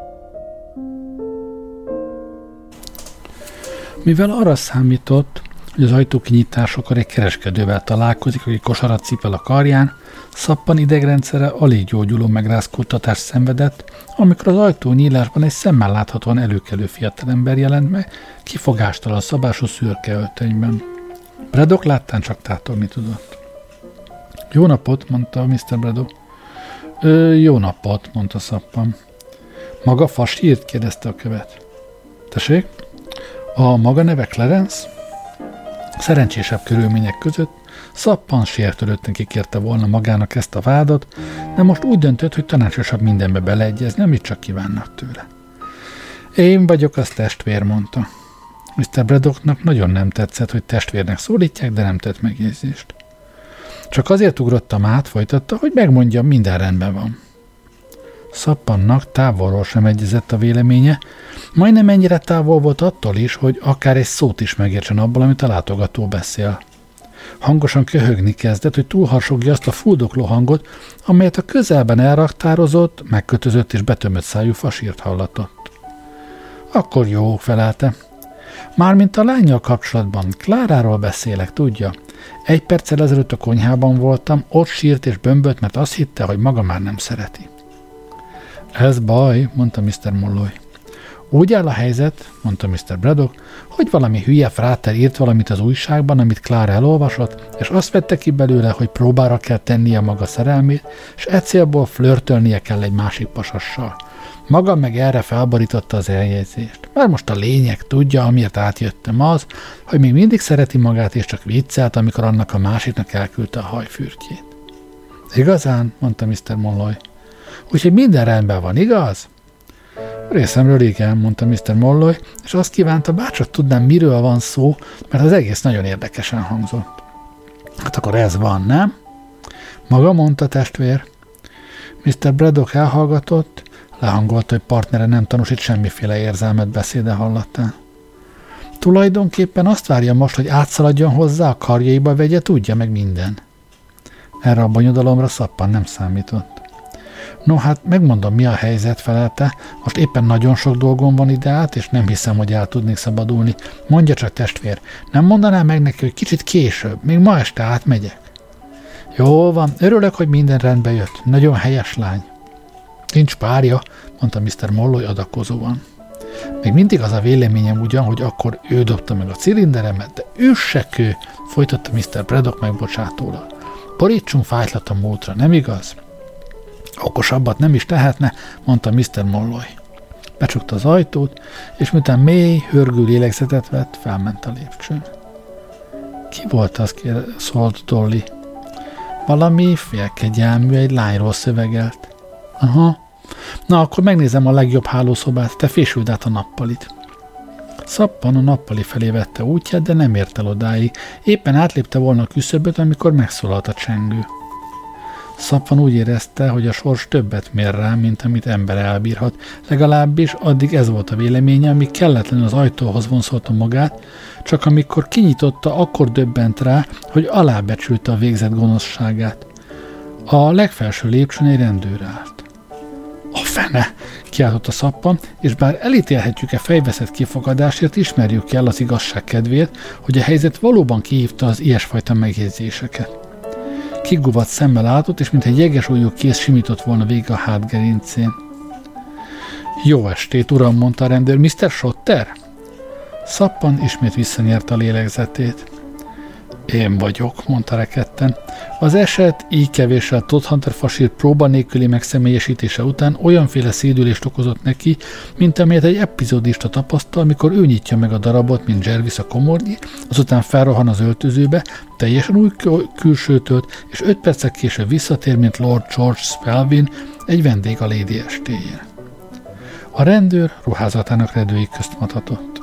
Mivel arra számított, hogy az ajtó kinyitásakor egy kereskedővel találkozik, aki kosarat cipel a karján, Szappan idegrendszere alig gyógyuló megrázkódtatást szenvedett, amikor az ajtó nyílásban egy szemmel láthatóan előkelő fiatalember jelent meg, kifogástalan szabású szürke öltönyben. Braddock láttán csak tátogni tudott. Jó napot, mondta Mr. Braddock. Jó napot, mondta Szappan. Maga fasírt? Kérdezte a követ. Tessék? A maga neve Clarence? Szerencsésebb körülmények között Szappan sértődötten kikérte volna magának ezt a vádat, de most úgy döntött, hogy tanácsosabb mindenbe beleegyezni, amit csak kívánnak tőle. Én vagyok az testvér, mondta. Mr. Braddocknak nagyon nem tetszett, hogy testvérnek szólítják, de nem tett megjegyzést. Csak azért ugrottam át, folytatta, hogy megmondjam, minden rendben van. Szappannak távolról sem egyezett a véleménye, majdnem ennyire távol volt attól is, hogy akár egy szót is megértsen abból, amit a látogató beszél. Hangosan köhögni kezdett, hogy túlharsogja azt a fuldokló hangot, amelyet a közelben elraktározott, megkötözött és betömött szájú fasírt hallatott. Akkor jó, felelte. Mármint a lánnyal kapcsolatban, Kláráról beszélek, tudja? 1 perccel ezelőtt a konyhában voltam, ott sírt és bömbölt, mert azt hitte, hogy maga már nem szereti. Ez baj, mondta Mr. Molloy. Úgy áll a helyzet, mondta Mr. Braddock, hogy valami hülye fráter írt valamit az újságban, amit Clara elolvasott, és azt vette ki belőle, hogy próbára kell tennie maga szerelmét, és e célból flörtölnie kell egy másik pasassal. Maga meg erre felborította az eljegyzést. Már most a lényeg, tudja, amiért átjöttem az, hogy még mindig szereti magát, és csak viccelt, amikor annak a másiknak elküldte a hajfürtjét. Igazán, mondta Mr. Molloy. Úgyhogy minden rendben van, igaz? Részemről igen, mondta Mr. Molloy, és azt kívánta, bárcsak tudnám, miről van szó, mert az egész nagyon érdekesen hangzott. Hát akkor ez van, nem? Maga, mondta testvér. Mr. Braddock elhallgatott, lehangolta, hogy partnere nem tanúsít semmiféle érzelmet beszéde hallatán. Tulajdonképpen azt várja most, hogy átszaladjon hozzá, a karjaiba vegye, tudja meg minden. Erre a bonyodalomra Szappan nem számított. No, hát megmondom, mi a helyzet, felelte. Most éppen nagyon sok dolgom van ide át, és nem hiszem, hogy el tudnék szabadulni. Mondja csak, testvér, nem mondanám meg neki, hogy kicsit később, még ma este átmegyek? Jó van, örülök, hogy minden rendbe jött. Nagyon helyes lány. Nincs párja, mondta Mr. Molloy adakozóan. Még mindig az a véleményem ugyan, hogy akkor ő dobta meg a cilinderemet, de ő se kő, folytatta Mr. Braddock megbocsátólag. Borítsunk fájtlat a múltra, nem igaz? Okosabbat nem is tehetne, mondta Mr. Molloy. Becsukta az ajtót, és miután mély, hörgő lélegzetet vett, felment a lépcsőn. Ki volt az, szólt Dolly. Valami félkegyelmű, egy lányról szövegelt. Aha. Na, akkor megnézem a legjobb hálószobát, te fésüld át a nappalit. Szappan a nappali felé vette útját, de nem ért el odáig. Éppen átlépte volna a küszöböt, amikor megszólalt a csengő. Szappan úgy érezte, hogy a sors többet mér rá, mint amit ember elbírhat. Legalábbis addig ez volt a véleménye, ami kelletlenül az ajtóhoz vonszolta magát, csak amikor kinyitotta, akkor döbbent rá, hogy alábecsülte a végzett gonoszságát. A legfelső lépcsőn egy rendőr állt. A fene! Kiáltott a Szappan, és bár elítélhetjük-e fejveszett kifogadásért, ismerjük el az igazság kedvéért, hogy a helyzet valóban kihívta az ilyesfajta megjegyzéseket. Kiguvadt szemmel álltott, és mintha egy jegesúlyú kéz simított volna végig a hátgerincén. Jó estét, uram, mondta a rendőr, Mr. Schotter? Szappan ismét visszanyerte a lélegzetét. Én vagyok, mondta rekedten. Az eset így kevéssel Todd Hunter fasír próba nélküli megszemélyesítése után olyanféle szédülést okozott neki, mint amelyet egy epizódista tapasztal, amikor ő nyitja meg a darabot, mint Jervis a komornyi, azután felrohan az öltözőbe, teljesen új külsőtölt, és 5 perccel később visszatér, mint Lord George Spelvin, egy vendég a Lady estéjén. A rendőr ruházatának redői közt matatott.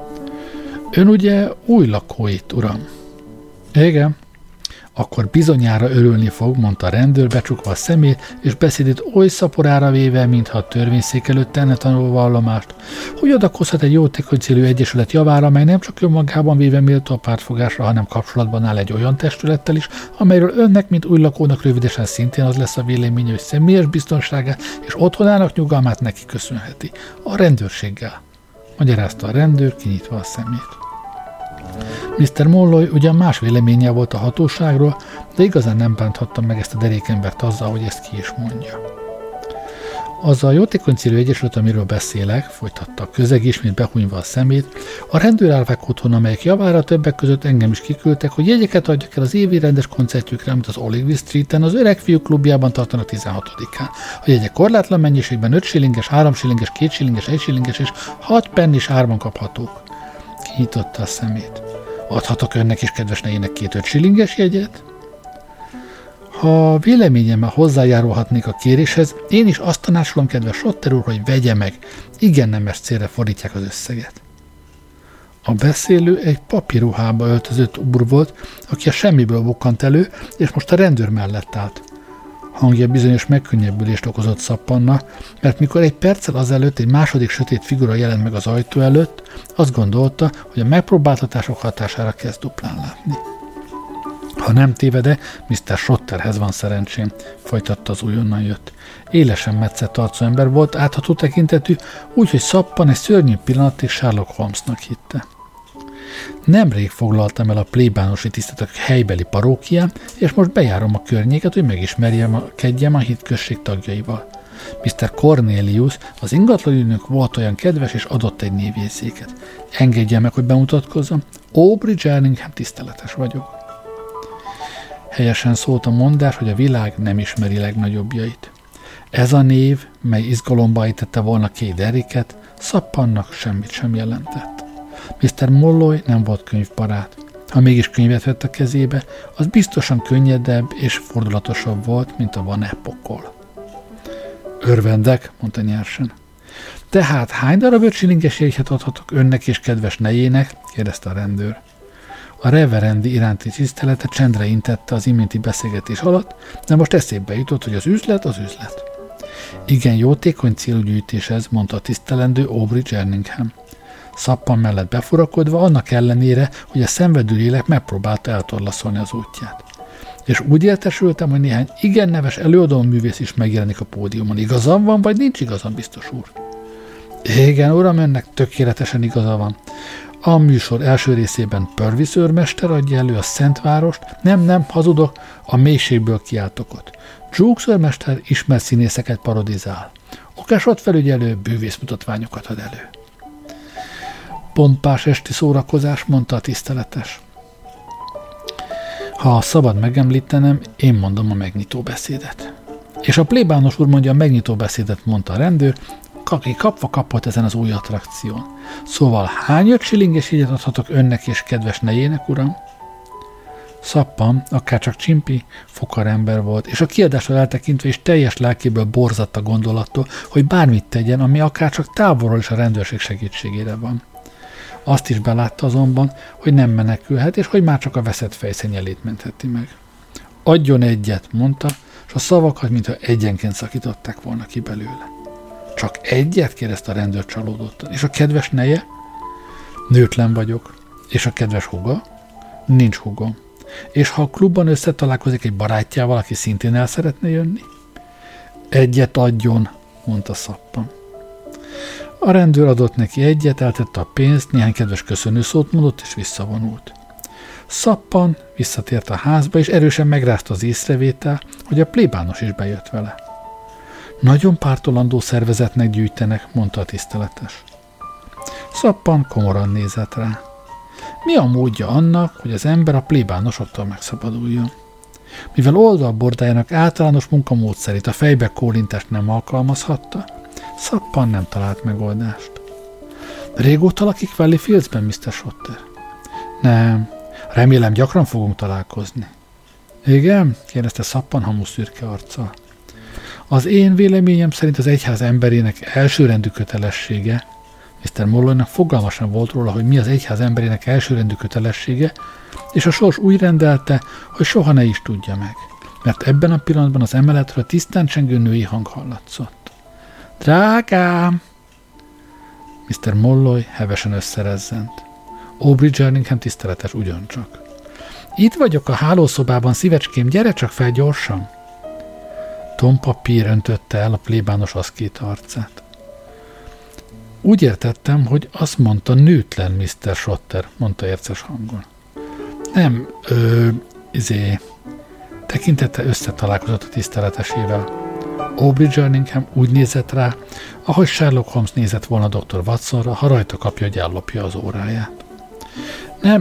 Ön ugye új lakó itt, uram? Igen. Akkor bizonyára örülni fog, mondta a rendőr, becsukva a szemét, és beszédét oly szaporára véve, mintha a törvényszék előtt tenne tanulvallomást, hogy adakozhat egy jótékony célú egyesület javára, mely nem csak önmagában véve méltó a pártfogásra, hanem kapcsolatban áll egy olyan testülettel is, amelyről önnek, mint új lakónak rövidesen szintén az lesz a véleménye, hogy személyes biztonságát és otthonának nyugalmát neki köszönheti. A rendőrséggel, magyarázta a rendőr, kinyitva a szemét. Mr. Molloy ugyan más véleménye volt a hatóságról, de igazán nem bánthatta meg ezt a derékembert azzal, hogy ezt ki is mondja. Az a jótékony célú egyesület, amiről beszélek, folytatta a közeg ismét behúnyva a szemét, a rendőrálvák otthon, amelyek javára többek között engem is kiküldtek, hogy jegyeket adjak el az évi rendes koncertjükre, amit az Olive Streeten, az Öreg Fiúk klubjában tartanak 16-án. A jegyek korlátlan mennyiségben 5 shillinges, 3 shillinges, 2 shillinges, 1 shillinges és 6 pennis árban kaphatók. Kinyitotta a szemét. Adhatok önnek is, kedves nejének, 2 5 shillinges jegyet? Ha véleményemmel hozzájárulhatnék a kéréshez, én is azt tanácsolom, kedves Sotter úr, hogy vegye meg. Igen nemes célra fordítják az összeget. A beszélő egy papírruhába öltözött úr volt, aki a semmiből bukkant elő, és most a rendőr mellett állt. Hangja bizonyos megkönnyebbülést okozott Szappanna, mert mikor egy perccel azelőtt egy második sötét figura jelent meg az ajtó előtt, azt gondolta, hogy a megpróbáltatások hatására kezd duplán látni. Ha nem tévede, Mr. Schrotterhez van szerencsém, folytatta az újonnan jött. Élesen metszett arcú ember volt, átható tekintetű, úgyhogy Szappan egy szörnyű pillanatig Sherlock Holmesnak hitte. Nemrég foglaltam el a plébánosi tisztet a helybeli parókián, és most bejárom a környéket, hogy megismerkedjem a hitközség tagjaival. Mr. Cornelius, az ingatlanügynök volt olyan kedves, és adott egy névjegyzéket. Engedje meg, hogy bemutatkozzam. Aubrey Jerningham tiszteletes vagyok. Helyesen szólt a mondás, hogy a világ nem ismeri legnagyobbjait. Ez a név, mely izgalomba ejtette volna Kay Derricket, Szappannak semmit sem jelentett. Mr. Molloy nem volt könyvbarát. Ha mégis könyvet vett a kezébe, az biztosan könnyedebb és fordulatosabb volt, mint a Van Epokol. Örvendek, mondta nyersen. Tehát hány darab 5 shillinges jegyet adhatok önnek és kedves nejének? Kérdezte a rendőr. A reverendi iránti tisztelete csendre intette az iménti beszélgetés alatt, de most eszébe jutott, hogy az üzlet az üzlet. Igen, jótékony célú gyűjtés ez, mondta a tisztelendő Aubrey Jerningham. Szappan mellett befurakodva, annak ellenére, hogy a szenvedő lélek megpróbálta eltorlaszolni az útját. És úgy értesültem, hogy néhány igen neves előadó művész is megjelenik a pódiumon. Igazam van, vagy nincs igazam, biztos úr? Igen, uram, önnek tökéletesen igaza van. A műsor első részében Purvis őrmester adja elő a Szentvárost, nem, hazudok, a mélységből kiáltokot. Jukes őrmester ismert színészeket parodizál. Okásod felügyelő bűvészmutatványokat ad elő. Pompás esti szórakozás, mondta a tiszteletes. Ha szabad megemlítenem, én mondom a megnyitó beszédet. És a plébános úr mondja a megnyitó beszédet, mondta a rendőr, aki kapva kapott ezen az új attrakción. Szóval hány 5 shillinges jegyet adhatok önnek és kedves nejének, uram? Szappan, akárcsak csimpi, fokarember volt, és a kiadástól eltekintve is teljes lelkéből borzadt a gondolattól, hogy bármit tegyen, ami akárcsak távolról is a rendőrség segítségére van. Azt is belátta azonban, hogy nem menekülhet, és hogy már csak a veszett fejszennyelét mentheti meg. Adjon egyet, mondta, és a szavakat, mintha egyenként szakították volna ki belőle. Csak egyet? Kérdezte a rendőr csalódottan. És a kedves neje? Nőtlen vagyok. És a kedves húga? Nincs húgom. És ha a klubban összetalálkozik egy barátjával, aki szintén el szeretne jönni? Egyet adjon, mondta Szappan. A rendőr adott neki egyet, eltette a pénzt, néhány kedves köszönőszót mondott, és visszavonult. Szappan visszatért a házba, és erősen megrázta az észrevétel, hogy a plébános is bejött vele. Nagyon pártolandó szervezetnek gyűjtenek, mondta a tiszteletes. Szappan komoran nézett rá. Mi a módja annak, hogy az ember a plébánosoktól megszabaduljon? Mivel oldalbordájának általános munkamódszerét a fejbe kólintást nem alkalmazhatta, Szappan nem talált megoldást. Régóta lakik Valleyfieldsben, Mr. Schotter? Nem, remélem gyakran fogunk találkozni. Igen? Kérdezte Szappan hamuszürke arccal. Az én véleményem szerint az egyház emberének elsőrendű kötelessége, Mr. Molloynak fogalma sem volt róla, hogy mi az egyház emberének elsőrendű kötelessége, és a sors úgy rendelte, hogy soha ne is tudja meg, mert ebben a pillanatban az emeletről tisztán csengő női hang hallatszott. Drágám! Mr. Molloy hevesen összerezzent. Aubrey Jerningham tiszteletes ugyancsak. Itt vagyok a hálószobában, szívecském, gyere csak fel gyorsan! Tom papír öntötte el a plébános aszkét arcát. Úgy értettem, hogy azt mondta nőtlen Mr. Schotter, mondta érces hangon. Nem, tekintete összetalálkozott a tiszteletesével. Aubrey Jerningham úgy nézett rá, ahogy Sherlock Holmes nézett volna dr. Watsonra, ha rajta kapja, hogy ellopja az óráját. Nem,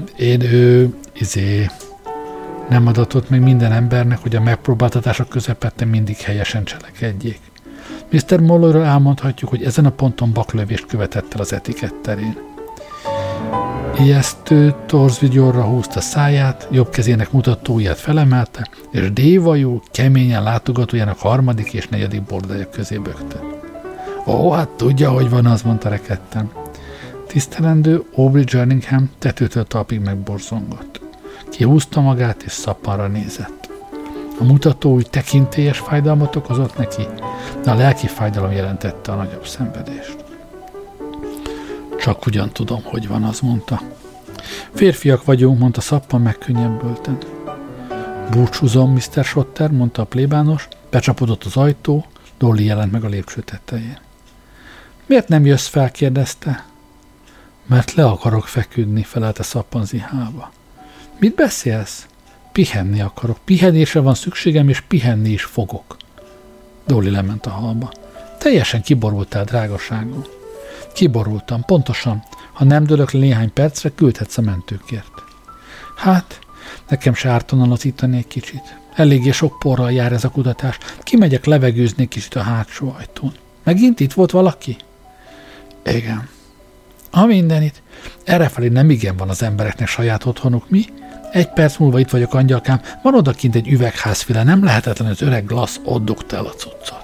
nem adatott meg minden embernek, hogy a megpróbáltatások közepette mindig helyesen cselekedjék. Mr. Molloyról elmondhatjuk, hogy ezen a ponton baklövést követett el az etikett terén. Ijesztő, torz vigyorra húzta száját, jobb kezének mutatóujját felemelte, és dévajú, keményen látogatójának harmadik és negyedik bordája közé bökte. Ó, hát tudja, hogy van az, mondta rekedten. Tisztelendő Aubrey Jerningham tetőtől talpig megborzongott. Kihúzta magát, és szappanra nézett. A mutatóujj tekintélyes fájdalmat okozott neki, de a lelki fájdalom jelentette a nagyobb szenvedést. Csak ugyan tudom, hogy van, az mondta. Férfiak vagyunk, mondta szappan megkönnyebbülten. Búcsúzom, Mr. Schotter, mondta a plébános, becsapodott az ajtó, Dolly jelent meg a lépcső tetején. Miért nem jössz fel, kérdezte. Mert le akarok feküdni, felelte szappan zihálva. Mit beszélsz? Pihenni akarok. Pihenésre van szükségem, és pihenni is fogok. Dolly lement a hallba. Teljesen kiborultál, drágaságom. Kiborultam, pontosan. Ha nem dőlök le néhány percre, küldhetsz a mentőkért. Hát, nekem se ártana lazítani egy kicsit. Eléggé sok porral jár ez a kutatás. Kimegyek levegőzni egy kicsit a hátsó ajtón. Megint itt volt valaki? Igen. A mindenit. Errefelé nem igen van az embereknek saját otthonuk, mi? 1 perc múlva itt vagyok, angyalkám. Van odakint egy üvegházféle, nem lehetetlen, az öreg Glass ott dugta el a cuccot.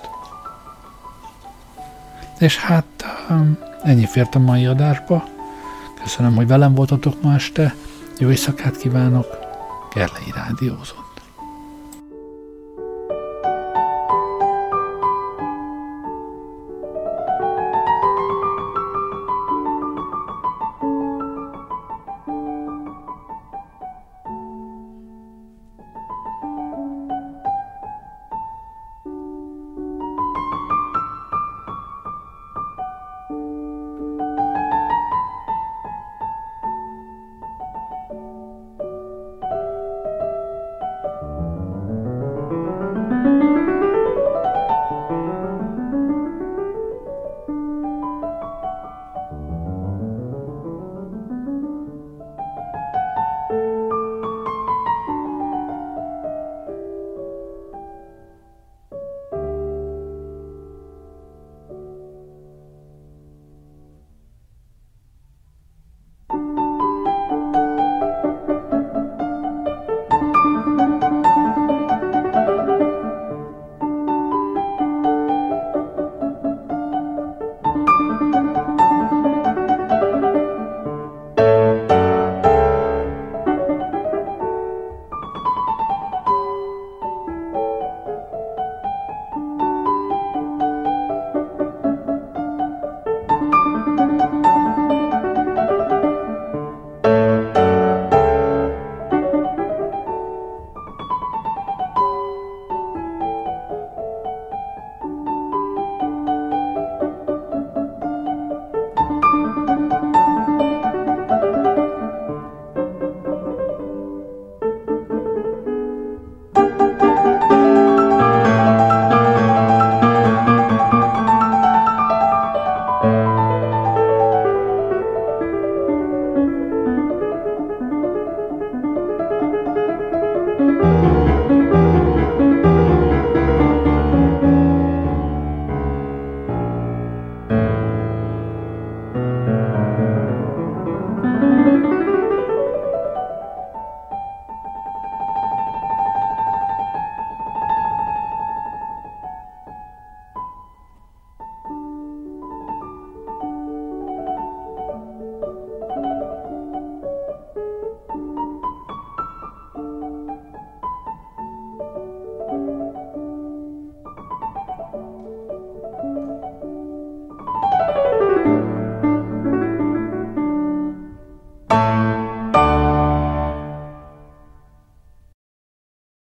És hát ennyi fért a mai adásba. Köszönöm, hogy velem voltatok ma este. Jó éjszakát kívánok. Gerlei rádiózott.